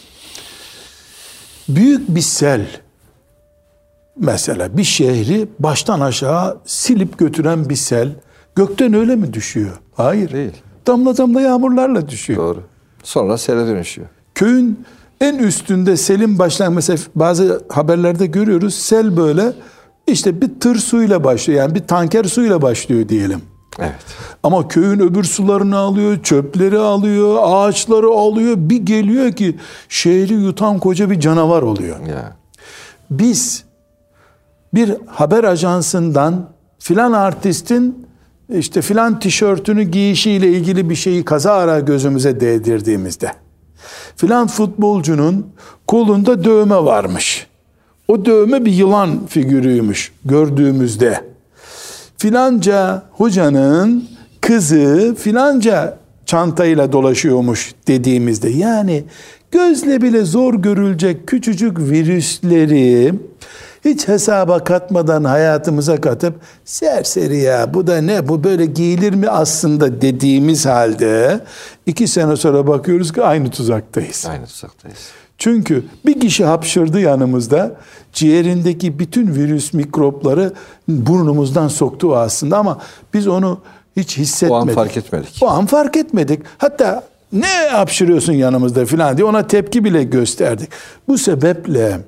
Büyük bir sel, mesela bir şehri baştan aşağı silip götüren bir sel gökten öyle mi düşüyor? Hayır.
Değil.
Damla damla yağmurlarla düşüyor.
Doğru. Sonra sele dönüşüyor.
Köyün en üstünde selin başlayan, mesela bazı haberlerde görüyoruz, sel böyle işte bir tır suyla başlıyor, yani bir tanker suyla başlıyor diyelim.
Evet.
Ama köyün öbür sularını alıyor, çöpleri alıyor, ağaçları alıyor, bir geliyor ki şehri yutan koca bir canavar oluyor.
Ya.
Biz bir haber ajansından filan artistin işte filan tişörtünü giyişiyle ilgili bir şeyi kazara gözümüze değdirdiğimizde, filan futbolcunun kolunda dövme varmış, o dövme bir yılan figürüymüş gördüğümüzde, filanca hocanın kızı filanca çantayla dolaşıyormuş dediğimizde, yani gözle bile zor görülecek küçücük virüsleri hiç hesaba katmadan hayatımıza katıp serseri ya bu da ne, bu böyle giyilir mi aslında dediğimiz halde 2 sene sonra bakıyoruz ki aynı tuzaktayız.
Aynı tuzaktayız.
Çünkü bir kişi hapşırdı yanımızda, ciğerindeki bütün virüs mikropları burnumuzdan soktu aslında, ama biz onu hiç hissetmedik.
O an fark etmedik.
O an fark etmedik. Hatta ne hapşırıyorsun yanımızda filan diye ona tepki bile gösterdik. Bu sebeple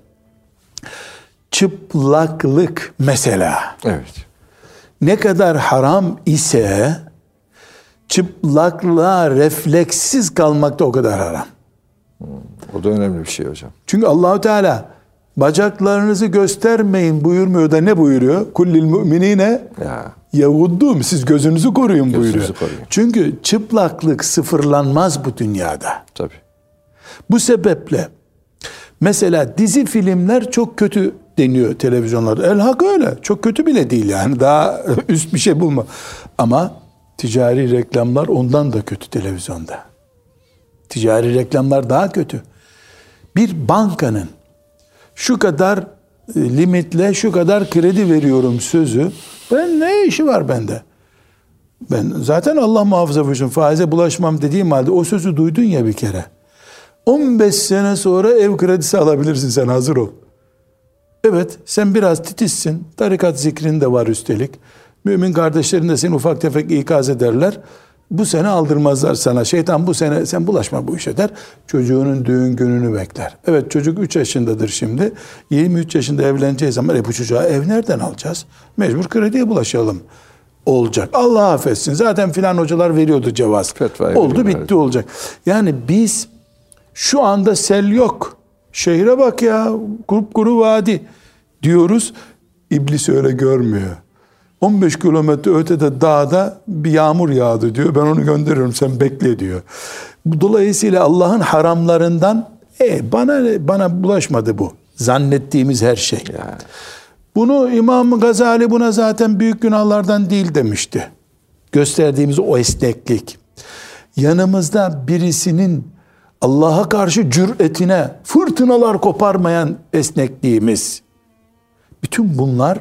çıplaklık mesela,
Evet.
ne kadar haram ise çıplaklığa refleksiz kalmak da o kadar haram.
O da önemli bir şey hocam.
Çünkü Allahu Teala bacaklarınızı göstermeyin buyurmuyor da ne buyuruyor? Kullil müminine yavuddum, siz gözünüzü koruyun buyuruyor.
Koruyun.
Çünkü çıplaklık sıfırlanmaz bu dünyada.
Tabii.
Bu sebeple mesela dizi filmler çok kötü deniyor televizyonlarda. Elhak öyle. Çok kötü bile değil yani. Daha üst bir şey bulma. Ama ticari reklamlar ondan da kötü televizyonda. Ticari reklamlar daha kötü. Bir bankanın şu kadar limitle şu kadar kredi veriyorum sözü, ben ne işi var bende? Ben zaten Allah muhafaza buyursun faize bulaşmam dediğim halde o sözü duydun ya bir kere. 15 sene sonra ev kredisi alabilirsin, sen hazır ol. Evet, sen biraz titizsin. Tarikat zikrin de var üstelik. Mümin kardeşlerin de seni ufak tefek ikaz ederler. Bu sene aldırmazlar sana. Şeytan bu sene sen bulaşma bu işe der. Çocuğunun düğün gününü bekler. Evet, çocuk 3 yaşındadır şimdi. 23 yaşında evleneceği zaman bu çocuğa ev nereden alacağız? Mecbur krediye bulaşalım. Olacak. Allah affetsin. Zaten filan hocalar veriyordu cevaz. Oldu bitti olacak. Yani biz şu anda sel yok. Şehre bak ya, kupkuru vadi diyoruz. İblis öyle görmüyor. 15 kilometre ötede dağda bir yağmur yağdı diyor. Ben onu gönderiyorum, sen bekle diyor. Dolayısıyla Allah'ın haramlarından bana bulaşmadı bu. Zannettiğimiz her şey.
Yani.
Bunu İmam Gazali buna zaten büyük günahlardan değil demişti. Gösterdiğimiz o esneklik. Yanımızda birisinin Allah'a karşı cüretine fırtınalar koparmayan esnekliğimiz. Bütün bunlar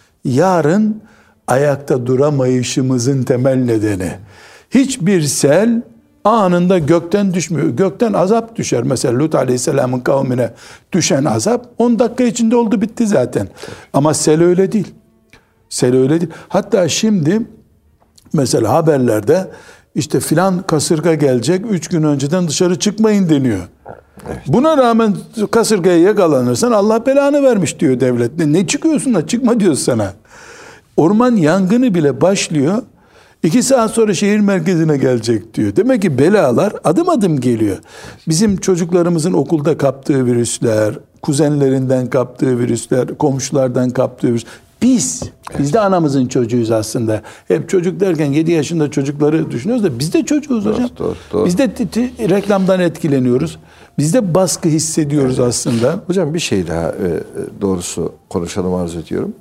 yarın ayakta duramayışımızın temel nedeni. Hiçbir sel anında gökten düşmüyor. Gökten azap düşer. Mesela Lut Aleyhisselam'ın kavmine düşen azap 10 dakika içinde oldu bitti zaten. Ama sel öyle değil. Sel öyle değil. Hatta şimdi mesela haberlerde işte filan kasırga gelecek, 3 gün önceden dışarı çıkmayın deniyor. Evet. Buna rağmen kasırgaya yakalanırsan Allah belanı vermiş diyor devlet. Ne çıkıyorsun da çıkma diyor sana. Orman yangını bile başlıyor. 2 saat sonra şehir merkezine gelecek diyor. Demek ki belalar adım adım geliyor. Bizim çocuklarımızın okulda kaptığı virüsler, kuzenlerinden kaptığı virüsler, komşulardan kaptığı virüs. Biz de anamızın çocuğuyuz aslında. Hep çocuk derken 7 yaşında çocukları düşünüyoruz da biz de çocuğuz hocam. Doğru. Biz de reklamdan etkileniyoruz. Biz de baskı hissediyoruz aslında.
Hocam bir şey daha doğrusu konuşalım arzu ediyorum.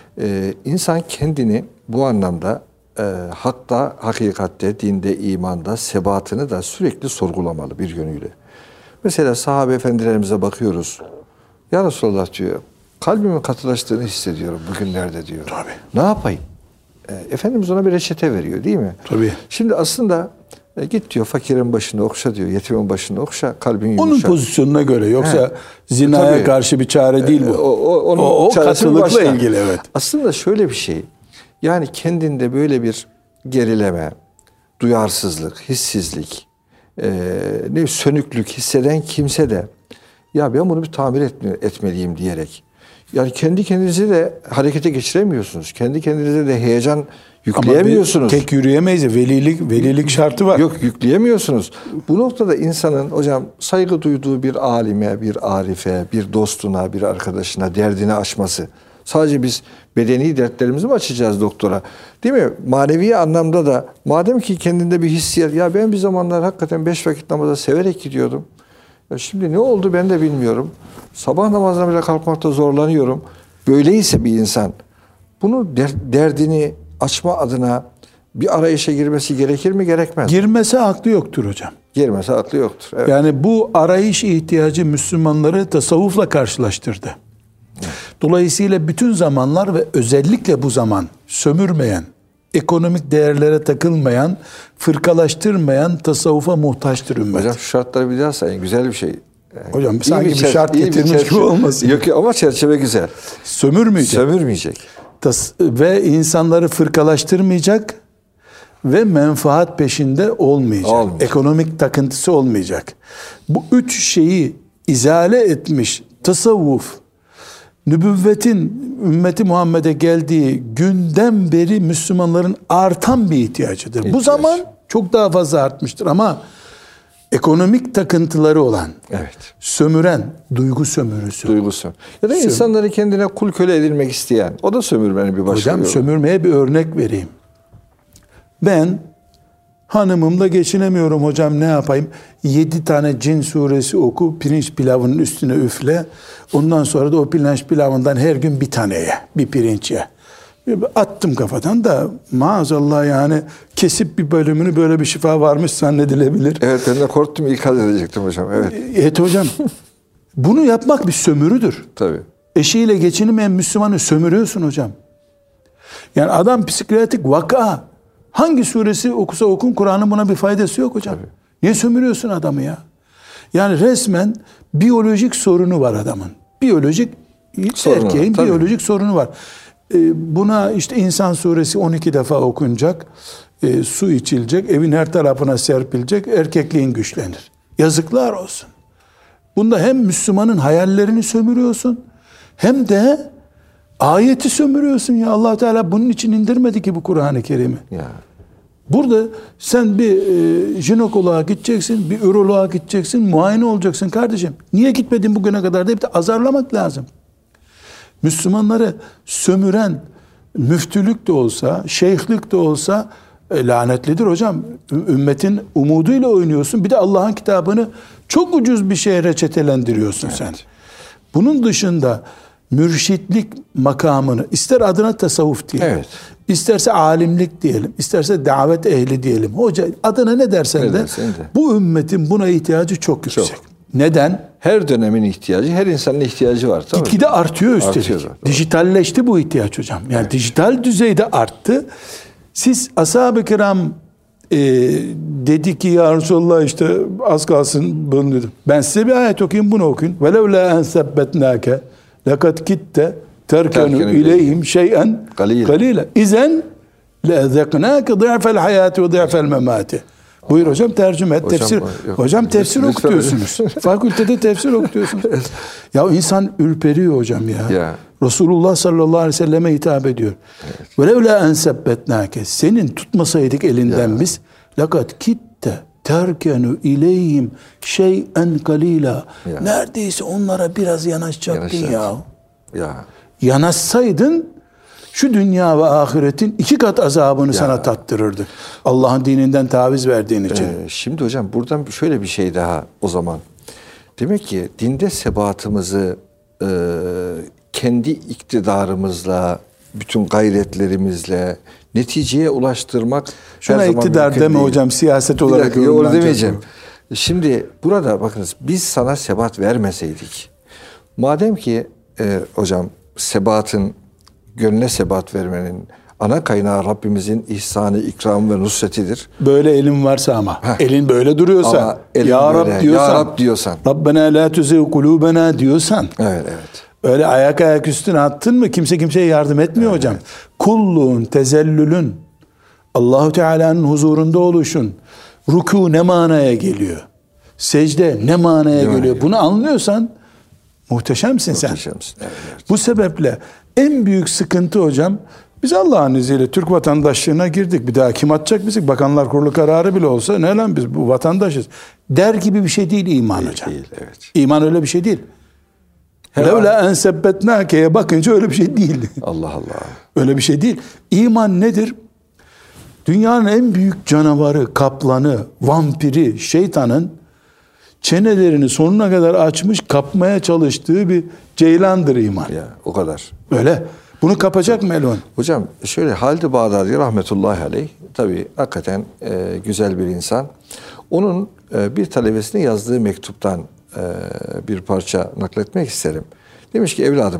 İnsan kendini bu anlamda hakta, hakikatte, dinde, imanda sebatını da sürekli sorgulamalı bir yönüyle. Mesela sahabe efendilerimize bakıyoruz. Ya Resulallah diyor, kalbimin katılaştığını hissediyorum bugünlerde diyor.
Tabii.
Ne yapayım? Efendimiz ona bir reçete veriyor değil mi?
Tabii.
Şimdi aslında git diyor fakirin başını okşa diyor. Yetimin başını okşa, kalbin yumuşar.
Onun pozisyonuna göre. Yoksa zinaya
tabii.
Karşı bir çare değil bu. O katılıkla ilgili, evet.
Aslında şöyle bir şey. Yani kendinde böyle bir gerileme, duyarsızlık, hissizlik, sönüklük hisseden kimse de ya ben bunu bir tamir etmeliyim diyerek. Yani kendi kendinizi de harekete geçiremiyorsunuz. Kendi kendinize de heyecan yükleyemiyorsunuz.
Ama tek yürüyemeyiz. Velilik şartı var.
Yok, yükleyemiyorsunuz. Bu noktada insanın hocam saygı duyduğu bir alime, bir arife, bir dostuna, bir arkadaşına derdini açması. Sadece biz bedeni dertlerimizi mi açacağız doktora? Değil mi? Manevi anlamda da madem ki kendinde bir hissiyat, ya ben bir zamanlar hakikaten 5 vakit namaza severek gidiyordum. Ya şimdi ne oldu ben de bilmiyorum. Sabah namazına bile kalkmakta zorlanıyorum. Böyleyse bir insan bunu derdini açma adına bir arayışa girmesi gerekir mi, gerekmez?
Girmese aklı yoktur hocam.
Girmese aklı yoktur. Evet.
Yani bu arayış ihtiyacı Müslümanları tasavvufla karşılaştırdı. Dolayısıyla bütün zamanlar ve özellikle bu zaman sömürmeyen, ekonomik değerlere takılmayan, fırkalaştırmayan tasavvufa muhtaçtır ümmet.
Hocam şu şartları bir daha sayın. Güzel bir şey. Yani
hocam sanki bir şart getirmiş gibi olmasın.
Yok ama çerçeve güzel.
Sömürmeyecek. Ve insanları fırkalaştırmayacak ve menfaat peşinde olmayacak. Ekonomik takıntısı olmayacak. Bu üç şeyi izale etmiş tasavvuf, nübüvvetin ümmeti Muhammed'e geldiği günden beri Müslümanların artan bir ihtiyacıdır. Bu zaman çok daha fazla artmıştır ama ekonomik takıntıları olan, sömüren, duygu sömürüsü.
Ya da insanları kendine kul köle edilmek isteyen, o da sömürmenin bir başka
yolu.
Hocam
sömürmeye bir örnek vereyim. Ben hanımımla geçinemiyorum hocam, ne yapayım? 7 tane Cin suresi oku, pirinç pilavının üstüne üfle. Ondan sonra da o pirinç pilavından her gün bir tane ye, bir pirinç ye. Attım kafadan da maazallah yani kesip bir bölümünü böyle bir şifa varmış zannedilebilir.
Evet, ben de korktum, ikaz edecektim hocam.
Evet hocam. Bunu yapmak bir sömürüdür.
Tabii.
Eşiyle geçinemeyen Müslümanı sömürüyorsun hocam. Yani adam psikiyatrik vaka hangi suresi okusa okun Kur'an'ın buna bir faydası yok hocam. Tabii. Niye sömürüyorsun adamı ya? Yani resmen biyolojik sorunu var adamın. Biyolojik erkeğin biyolojik sorunu var. Buna işte İnsan suresi 12 defa okunacak, su içilecek, evin her tarafına serpilecek, erkekliğin güçlenir. Yazıklar olsun. Bunda hem Müslümanın hayallerini sömürüyorsun, hem de ayeti sömürüyorsun ya. Allah Teala bunun için indirmedi ki bu Kur'an-ı Kerim'i. Ya. Burada sen bir jinekoloğa gideceksin, bir üroloğa gideceksin, muayene olacaksın kardeşim. Niye gitmedin bugüne kadar deyip de azarlamak lazım. Müslümanları sömüren müftülük de olsa, şeyhlik de olsa lanetlidir hocam. Ümmetin umuduyla oynuyorsun. Bir de Allah'ın kitabını çok ucuz bir şeye reçetelendiriyorsun sen. Bunun dışında mürşitlik makamını ister adına tasavvuf diyelim, isterse alimlik diyelim, isterse davet ehli diyelim. Hoca adına ne dersen de bu ümmetin buna ihtiyacı çok yüksek. Neden?
Her dönemin ihtiyacı, her insanın ihtiyacı var.
Gitgide artıyor üstelik. Dijitalleşti bu ihtiyaç hocam. Yani dijital düzeyde arttı. Siz ashab-ı kiram dedi ki ya Resulallah işte az kalsın bunu dedim. Ben size bir ayet okuyayım, bunu okuyun. وَلَوْ لَا اَنْ سَبَّتْنَاكَ لَقَدْ كِتَّ تَرْكَنُ اِلَيْهِمْ شَيْئًا قَلِيلًا اِذَنْ لَاَذَقْنَاكَ ضِعْفَ الْحَيَاتِ وَضِعْفَ الْمَمَاتِ. Buyur hocam, tercüme et. Hocam tefsir okutuyorsunuz. Fakültede tefsir okutuyorsunuz. Ya insan ürperiyor hocam ya. Resulullah sallallahu aleyhi ve selleme hitap ediyor. وَلَوْ لَا اَنْ سَبَّتْنَاكَ Senin tutmasaydık elinden biz لَقَدْ كِتَّ terkenu ileyhim şey'en kalila. Neredeyse onlara biraz yanaşacaktın ya. Yanaşsaydın şu dünya ve ahiretin 2 kat azabını sana tattırırdı. Allah'ın dininden taviz verdiğin için.
Şimdi hocam buradan şöyle bir şey daha o zaman. Demek ki dinde sebatımızı kendi iktidarımızla, bütün gayretlerimizle neticeye ulaştırmak
şuna her iktidar deme değil. Hocam, siyaset olarak
yorumlanacak. Demeyeceğim. Şimdi burada bakınız, biz sana sebat vermeseydik, madem ki hocam sebatın, gönle sebat vermenin, ana kaynağı Rabbimizin ihsanı, ikramı ve nusretidir.
Böyle elin varsa ama. Elin böyle duruyorsa.
Ama elin
Ya
böyle,
Rab diyorsan.
Ya Rab diyorsan.
Rabbena la tuzigh kulubena diyorsan.
Evet, evet.
Öyle ayak üstüne attın mı kimse kimseye yardım etmiyor hocam. Kulluğun, tezellülün, Allahu Teala'nın huzurunda oluşun, ruku ne manaya geliyor? Secde ne manaya geliyor? Bunu anlıyorsan muhteşemsin sen.
Muhteşemsin. Evet, evet.
Bu sebeple en büyük sıkıntı hocam, biz Allah'ın izniyle Türk vatandaşlığına girdik. Bir daha kim atacak bizi? Bakanlar Kurulu kararı bile olsa ne lan biz bu vatandaşız der gibi bir şey değil iman hocam.
Değil, evet.
İman öyle bir şey değil. Levla en sebbetnâke'ye bakınca öyle bir şey değil.
Allah Allah.
Öyle bir şey değil. İman nedir? Dünyanın en büyük canavarı, kaplanı, vampiri, şeytanın çenelerini sonuna kadar açmış kapmaya çalıştığı bir ceylandır iman.
Ya, o kadar.
Öyle. Bunu kapacak mı Elon?
Hocam şöyle Halid-i Bağdadi rahmetullahi aleyh tabii hakikaten güzel bir insan. Onun bir talebesine yazdığı mektuptan bir parça nakletmek isterim. Demiş ki evladım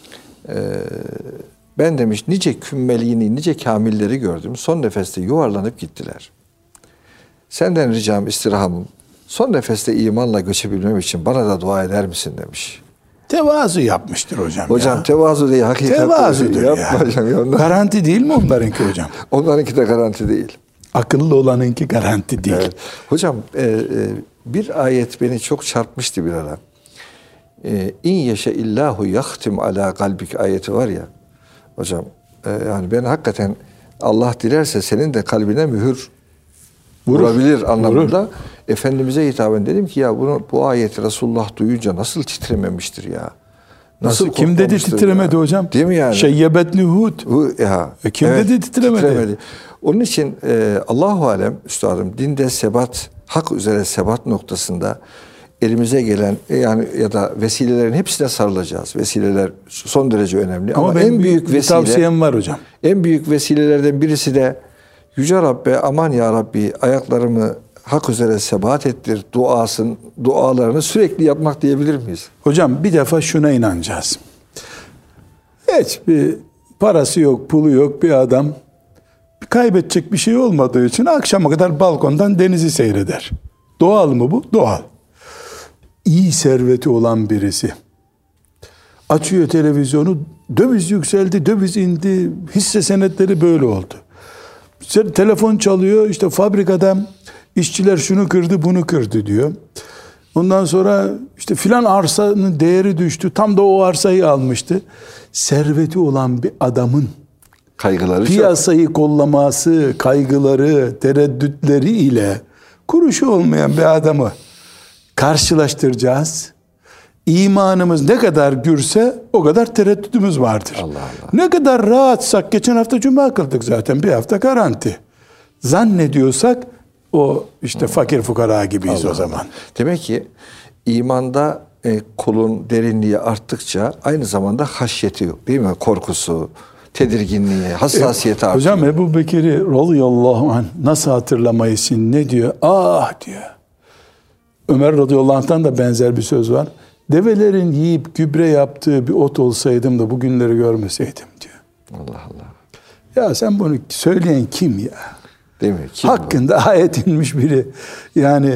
ben demiş nice kümmeliğini, nice kamilleri gördüm. Son nefeste yuvarlanıp gittiler. Senden ricam, istirhamım son nefeste imanla göçebilmem için bana da dua eder misin demiş.
Tevazu yapmıştır hocam.
Hocam
ya.
tevazu değil, hakikat.
Tevazudur ya.
Hocam,
garanti değil mi onlarınki hocam?
Onlarınki de garanti değil.
Akıllı olanınki garanti değil.
Evet. Hocam bir ayet beni çok çarpmıştı bir ara. İn yeşe illahu yahtim ala kalbik ayeti var ya. Hocam yani ben hakikaten Allah dilerse senin de kalbine mühür vurabilir anlamında. Vurur. Efendimiz'e hitaben dedim ki ya bu ayeti Resulullah duyunca nasıl titrememiştir ya.
Nasıl kim dedi titremedi ya? Hocam?
Değil mi yani?
Şeyyebetni Hud. Kim
evet,
dedi titremedi?
Onun için Allahu alem üstadım dinde sebat, hak üzere sebat noktasında elimize gelen yani ya da vesilelerin hepsine sarılacağız. Vesileler son derece önemli. Ama en büyük vesile,
tavsiyem var hocam.
En büyük vesilelerden birisi de Yüce Rabbe aman ya Rabbi ayaklarımı hak üzere sebat ettir dualarını sürekli yapmak diyebilir miyiz?
Hocam bir defa şuna inanacağız. Hiçbir parası yok, pulu yok bir adam kaybedecek bir şey olmadığı için akşama kadar balkondan denizi seyreder. Doğal mı bu? Doğal. İyi serveti olan birisi açıyor televizyonu, döviz yükseldi, döviz indi, hisse senetleri böyle oldu. Telefon çalıyor, işte fabrikadan işçiler şunu kırdı, bunu kırdı diyor. Ondan sonra işte filan arsanın değeri düştü, tam da o arsayı almıştı. Serveti olan bir adamın
kaygıları
piyasayı kollaması, kaygıları, tereddütleri ile kuruşu olmayan bir adamı karşılaştıracağız. İmanımız ne kadar gürse o kadar tereddütümüz vardır.
Allah Allah.
Ne kadar rahatsak, geçen hafta cuma kıldık zaten, bir hafta garanti. Zannediyorsak o işte fakir fukara gibiyiz
Allah
o zaman.
Allah. Demek ki imanda kulun derinliği arttıkça aynı zamanda haşyeti değil mi? Korkusu, tedirginliği, hassasiyeti artıyor.
Hocam Ebu Bekir'i radıyallahu anh nasıl hatırlamayız, ne diyor? Ah diyor. Ömer radıyallahu anh'tan da benzer bir söz var. Develerin yiyip gübre yaptığı bir ot olsaydım da bugünleri görmeseydim diyor.
Allah Allah.
Ya sen bunu söyleyen kim ya?
Değil mi? Kim
hakkında bu? Ayet inmiş biri. Yani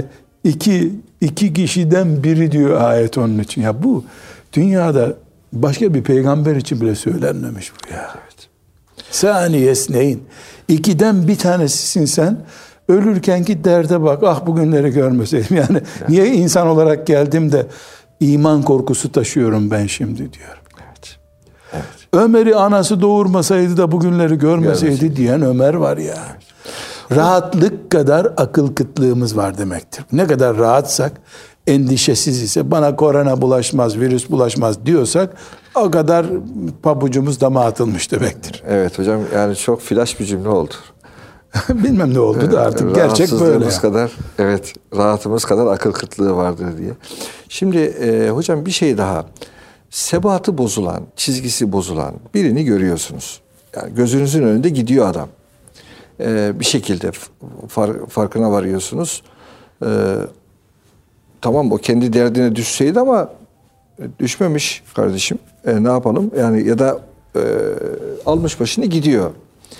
iki kişiden biri diyor ayet onun için. Ya bu dünyada başka bir peygamber için bile söylenmemiş bu ya.
Evet.
Saniyesneyn. İkiden bir tanesisin sen. Ölürkenki derde bak. Ah bugünleri görmeseydim. Yani niye insan olarak geldim de iman korkusu taşıyorum ben şimdi diyor.
Evet. Evet.
Ömer'i anası doğurmasaydı da bugünleri görmeseydi diyen Ömer var ya. Evet. Rahatlık kadar akıl kıtlığımız var demektir. Ne kadar rahatsak, endişesiz ise bana korona bulaşmaz, virüs bulaşmaz diyorsak o kadar pabucumuz dama atılmış demektir.
Evet hocam, yani çok flash bir cümle oldu.
Bilmem ne oldu da artık gerçek böyle.
Kadar, evet, rahatımız kadar akıl kıtlığı vardır diye. Şimdi hocam bir şey daha. Sebatı bozulan, çizgisi bozulan birini görüyorsunuz. Yani gözünüzün önünde gidiyor adam. Bir şekilde farkına varıyorsunuz. Tamam, o kendi derdine düşseydi ama düşmemiş kardeşim. Ne yapalım? Yani ya da almış başını gidiyor.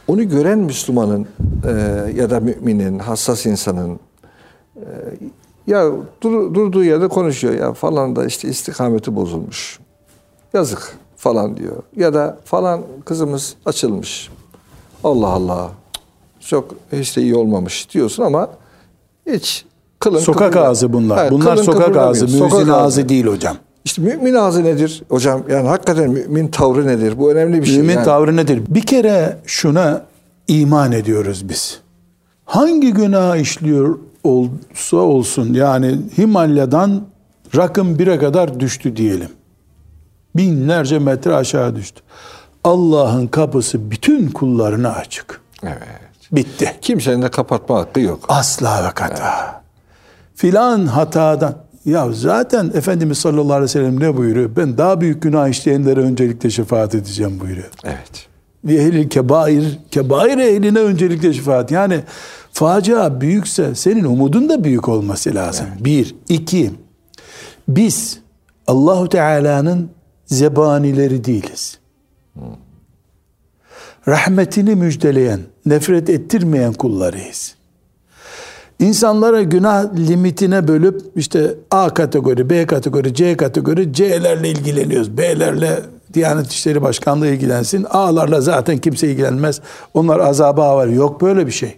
onu gören Müslümanın ya da müminin, hassas insanın ya durduğu yerde konuşuyor ya falan da işte istikameti bozulmuş. Yazık falan diyor. Ya da falan kızımız açılmış. Allah Allah. Çok hiç de iyi olmamış diyorsun ama hiç
sokak ağzı bunlar.
Evet,
bunlar sokak ağzı. Mümin ağzı değil hocam.
İşte mümin ağzı nedir hocam? Yani hakikaten mümin tavrı nedir? Bu önemli bir şey.
Mümin tavrı nedir? Bir kere şuna iman ediyoruz biz. Hangi günah işliyor olsa olsun, yani Himalya'dan rakım 1'e kadar düştü diyelim. Binlerce metre aşağı düştü. Allah'ın kapısı bütün kullarına açık.
Evet.
Bitti.
Kimsenin de kapatma hakkı yok.
Asla ve kata. Filan hatadan. Ya zaten Efendimiz sallallahu aleyhi ve sellem ne buyuruyor? Ben daha büyük günah işleyenlere öncelikle şefaat edeceğim buyuruyor.
Evet.
Ve ehl-i kebair ehline öncelikle şefaat. Yani facia büyükse senin umudun da büyük olması lazım. Evet. 1, 2. Biz Allahu Teala'nın zebanileri değiliz. Rahmetini müjdeleyen, nefret ettirmeyen kullarıyız. İnsanlara günah limitine bölüp işte A kategori, B kategori, C kategori, C'lerle ilgileniyoruz. B'lerle Diyanet İşleri Başkanlığı ilgilensin. A'larla zaten kimse ilgilenmez. Onlar azaba var. Yok böyle bir şey.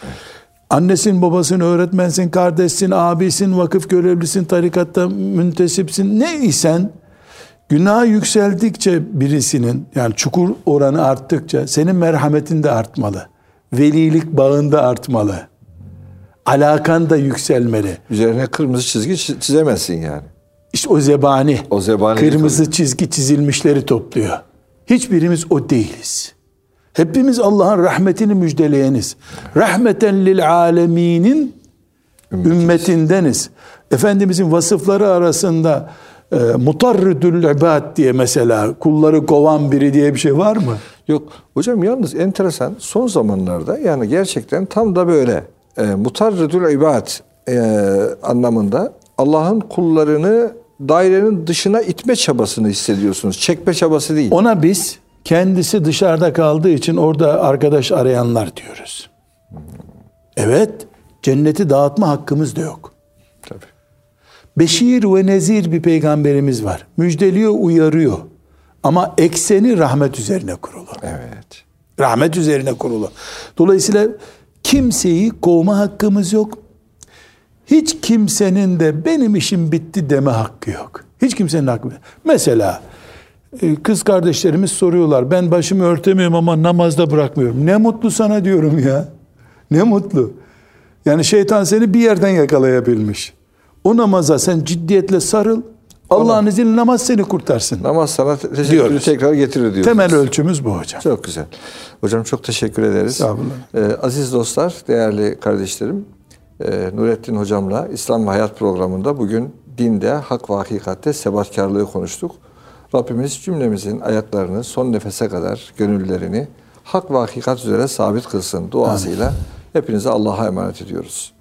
Annesin, babasın, öğretmensin, kardeşsin, abisin, vakıf görevlisin, tarikatta müntesipsin. Ne isen günah yükseldikçe birisinin, yani çukur oranı arttıkça senin merhametin de artmalı. Velilik bağın da artmalı. Alakan da yükselmeli.
Üzerine kırmızı çizgi çizemezsin yani.
İşte o zebani.
O zebani
kırmızı çizgi çizilmişleri topluyor. Hiçbirimiz o değiliz. Hepimiz Allah'ın rahmetini müjdeleyeniz. Rahmeten lil aleminin ümmetindeniz. Efendimizin vasıfları arasında mutarridül ibad diye mesela kulları kovan biri diye bir şey var mı?
Yok. Hocam yalnız enteresan son zamanlarda yani gerçekten tam da böyle mutarridül ibad anlamında Allah'ın kullarını dairenin dışına itme çabasını hissediyorsunuz. Çekme çabası değil.
Ona biz kendisi dışarıda kaldığı için orada arkadaş arayanlar diyoruz. Evet, cenneti dağıtma hakkımız da yok.
Tabii.
Beşir ve nezir bir peygamberimiz var. Müjdeliyor, uyarıyor. Ama ekseni rahmet üzerine kurulu.
Evet.
Rahmet üzerine kurulu. Dolayısıyla kimseyi kovma hakkımız yok. Hiç kimsenin de benim işim bitti deme hakkı yok. Hiç kimsenin hakkı yok. Mesela kız kardeşlerimiz soruyorlar. Ben başımı örtemiyorum ama namazda bırakmıyorum. Ne mutlu sana diyorum ya. Ne mutlu. Yani şeytan seni bir yerden yakalayabilmiş. O namaza sen ciddiyetle sarıl. Allah'ın izniyle namaz seni kurtarsın.
Namaz sana teşekkürü tekrar getirir diyorsunuz.
Temel ölçümüz bu hocam.
Çok güzel. Hocam çok teşekkür ederiz.
Sağ olun.
Aziz dostlar, değerli kardeşlerim, Nurettin Hocam'la İslam ve Hayat programında bugün dinde, hak ve hakikatte sebatkarlığı konuştuk. Rabbimiz cümlemizin ayaklarını son nefese kadar gönüllerini hak ve hakikat üzere sabit kılsın duasıyla hepinize Allah'a emanet ediyoruz.